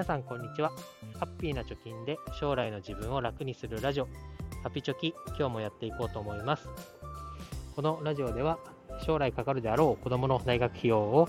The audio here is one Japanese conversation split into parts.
皆さんこんにちは。ハッピーな貯金で将来の自分を楽にするラジオハピチョキ、今日もやっていこうと思います。このラジオでは将来かかるであろう子どもの大学費用を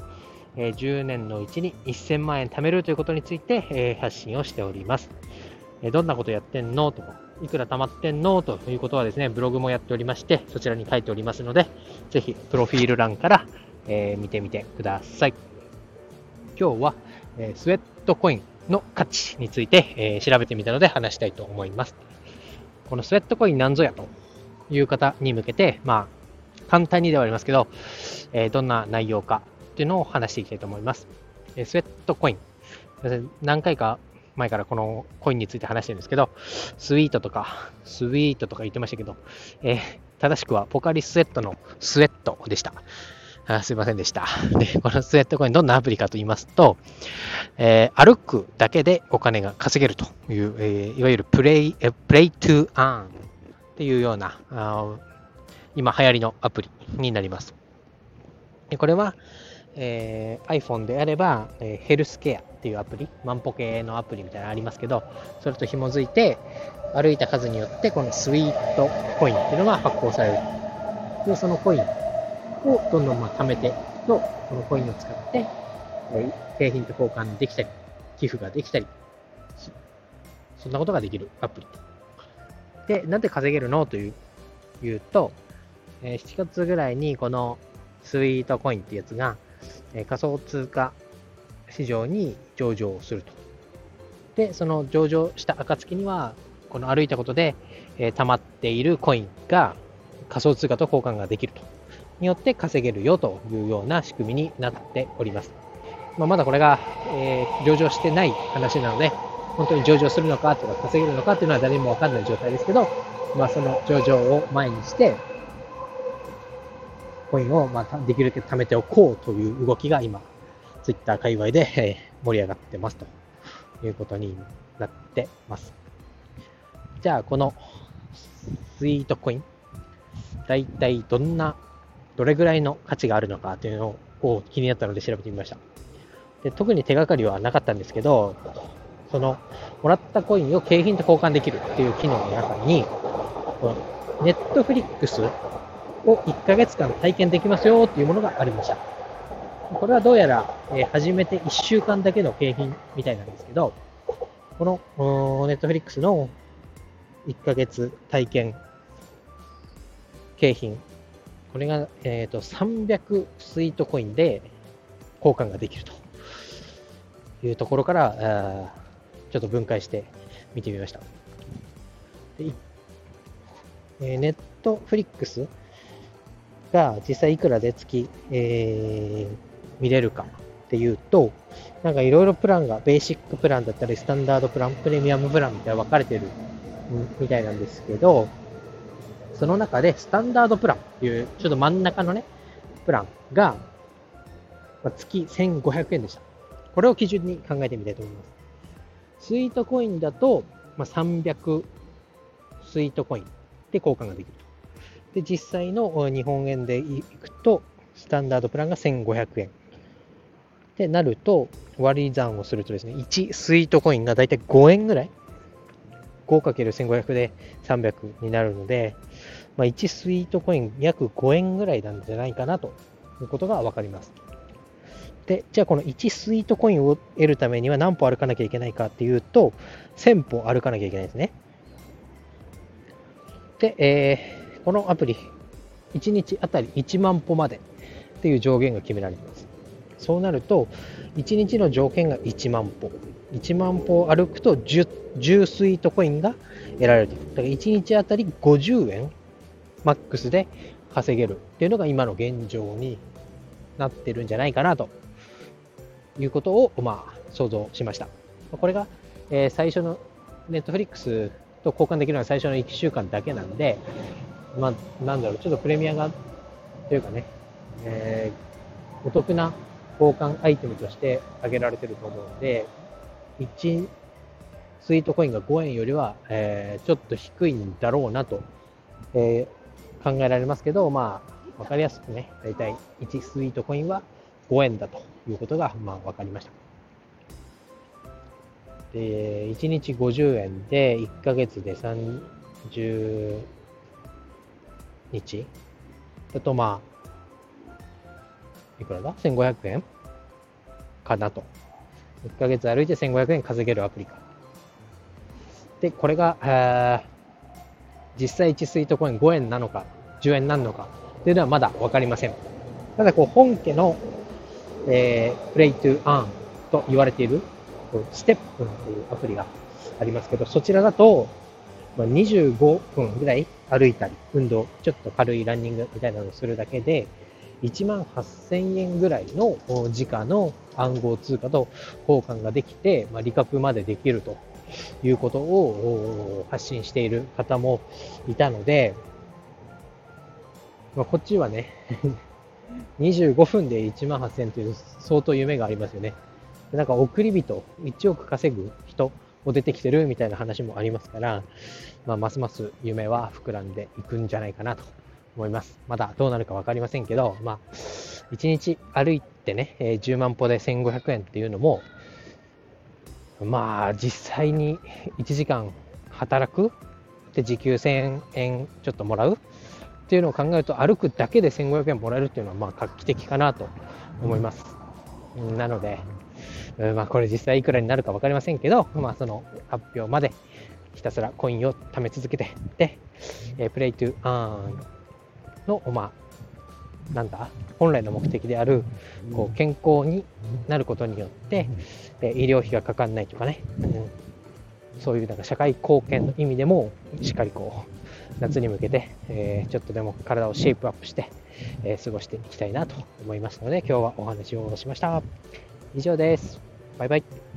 10年のうちに1000万円貯めるということについて発信をしております。どんなことやってんのとか、いくら貯まってんのということはですね、ブログもやっておりまして、そちらに書いておりますので、ぜひプロフィール欄から見てみてください。今日はスウェットコインの価値について調べてみたので話したいと思います。このスウェットコインなんぞやという方に向けて、簡単にではありますけど、どんな内容かっていうのを話していきたいと思います。スウェットコイン、何回か前からこのコインについて話してるんですけど、スイートとか言ってましたけど、正しくはポカリスエットのスウェットでした。すいませんでした。で、このスウェットコインどんなアプリかと言いますと、歩くだけでお金が稼げるという、いわゆるプレイトゥアーンっていうような今流行りのアプリになります。でこれは、iPhone であれば、ヘルスケアっていうアプリ、万歩計のアプリみたいなのありますけど、それと紐づいて歩いた数によってこのスイートコインっていうのが発行される。で、そのコインをどんどん貯めていくと、このコインを使って景品と交換できたり、寄付ができたり、そんなことができるアプリで、なんで稼げるのというと、7月ぐらいにこのスイートコインってやつが仮想通貨市場に上場すると。で、その上場した暁には、この歩いたことで溜まっているコインが仮想通貨と交換ができると。によって稼げるよというような仕組みになっております。まだこれが、上場してない話なので、本当に上場するのかとか稼げるのかっていうのは誰もわかんない状態ですけど、その上場を前にして、コインをできるだけ貯めておこうという動きが今、ツイッター界隈で盛り上がってますということになってます。じゃあ、このスイートコイン、だいたいどれぐらいの価値があるのかというのを気になったので調べてみました。で、特に手がかりはなかったんですけど、そのもらったコインを景品と交換できるっていう機能の中に、ネットフリックスを1ヶ月間体験できますよっていうものがありました。これはどうやら、初めて1週間だけの景品みたいなんですけど、このネットフリックスの1ヶ月体験景品、これが、300スイートコインで交換ができるというところから、ちょっと分解して見てみました。で、ネットフリックスが実際いくらで月、見れるかっていうと、なんかいろいろプランが、ベーシックプランだったり、スタンダードプラン、プレミアムプランみたいな分かれてるみたいなんですけど、その中でスタンダードプランっていうちょっと真ん中のねプランが月1500円でした。これを基準に考えてみたいと思います。スイートコインだと300スイートコインで交換ができると。で、実際の日本円でいくとスタンダードプランが1500円ってなると、割り算をするとですね、1スイートコインがだいたい5円ぐらい、5×1500 で300になるので、1スイートコイン約5円ぐらいなんじゃないかなということが分かります。で、じゃあこの1スイートコインを得るためには何歩歩かなきゃいけないかっていうと、1000歩歩かなきゃいけないですね。で、このアプリ、1日あたり1万歩までっていう上限が決められています。そうなると、1日の条件が1万歩。1万歩を歩くと 10スイートコインが得られる。だから1日あたり50円マックスで稼げるっていうのが今の現状になってるんじゃないかなということを想像しました。これが、最初のネットフリックスと交換できるのは最初の1週間だけなんで、ちょっとプレミアがというかね、お得な交換アイテムとして挙げられてると思うので、1スイートコインが5円よりは、ちょっと低いんだろうなと、考えられますけど、わかりやすくね、だいたい1スイートコインは5円だということが分かりました。 1日50円で1ヶ月で30日だといくらだ ?1500 円かなと。1ヶ月歩いて1500円稼げるアプリか。で、これが実際1スイートコイン5円なのか10円なのかというのはまだ分かりません。ただ本家の、プレイトゥアーンと言われているステップンというアプリがありますけど、そちらだと25分ぐらい歩いたり運動、ちょっと軽いランニングみたいなのをするだけで18,000円ぐらいの時価の暗号通貨と交換ができて、利確までできるということを発信している方もいたので、こっちはね25分で18,000円という相当夢がありますよね。なんか送り人1億稼ぐ人も出てきてるみたいな話もありますから、ますます夢は膨らんでいくんじゃないかなと思います。まだどうなるか分かりませんけど、1日歩いてね、10万歩で1500円っていうのも、実際に1時間働くで時給1000円ちょっともらうっていうのを考えると、歩くだけで1500円もらえるっていうのは画期的かなと思います。なので、これ実際いくらになるか分かりませんけど、その発表までひたすらコインを貯め続けて、で、プレイトゥアーンの本来の目的である健康になることによって医療費がかかんないとかね、そういう社会貢献の意味でもしっかり夏に向けて、ちょっとでも体をシェイプアップして、過ごしていきたいなと思いますので、今日はお話をしました。以上です。バイバイ。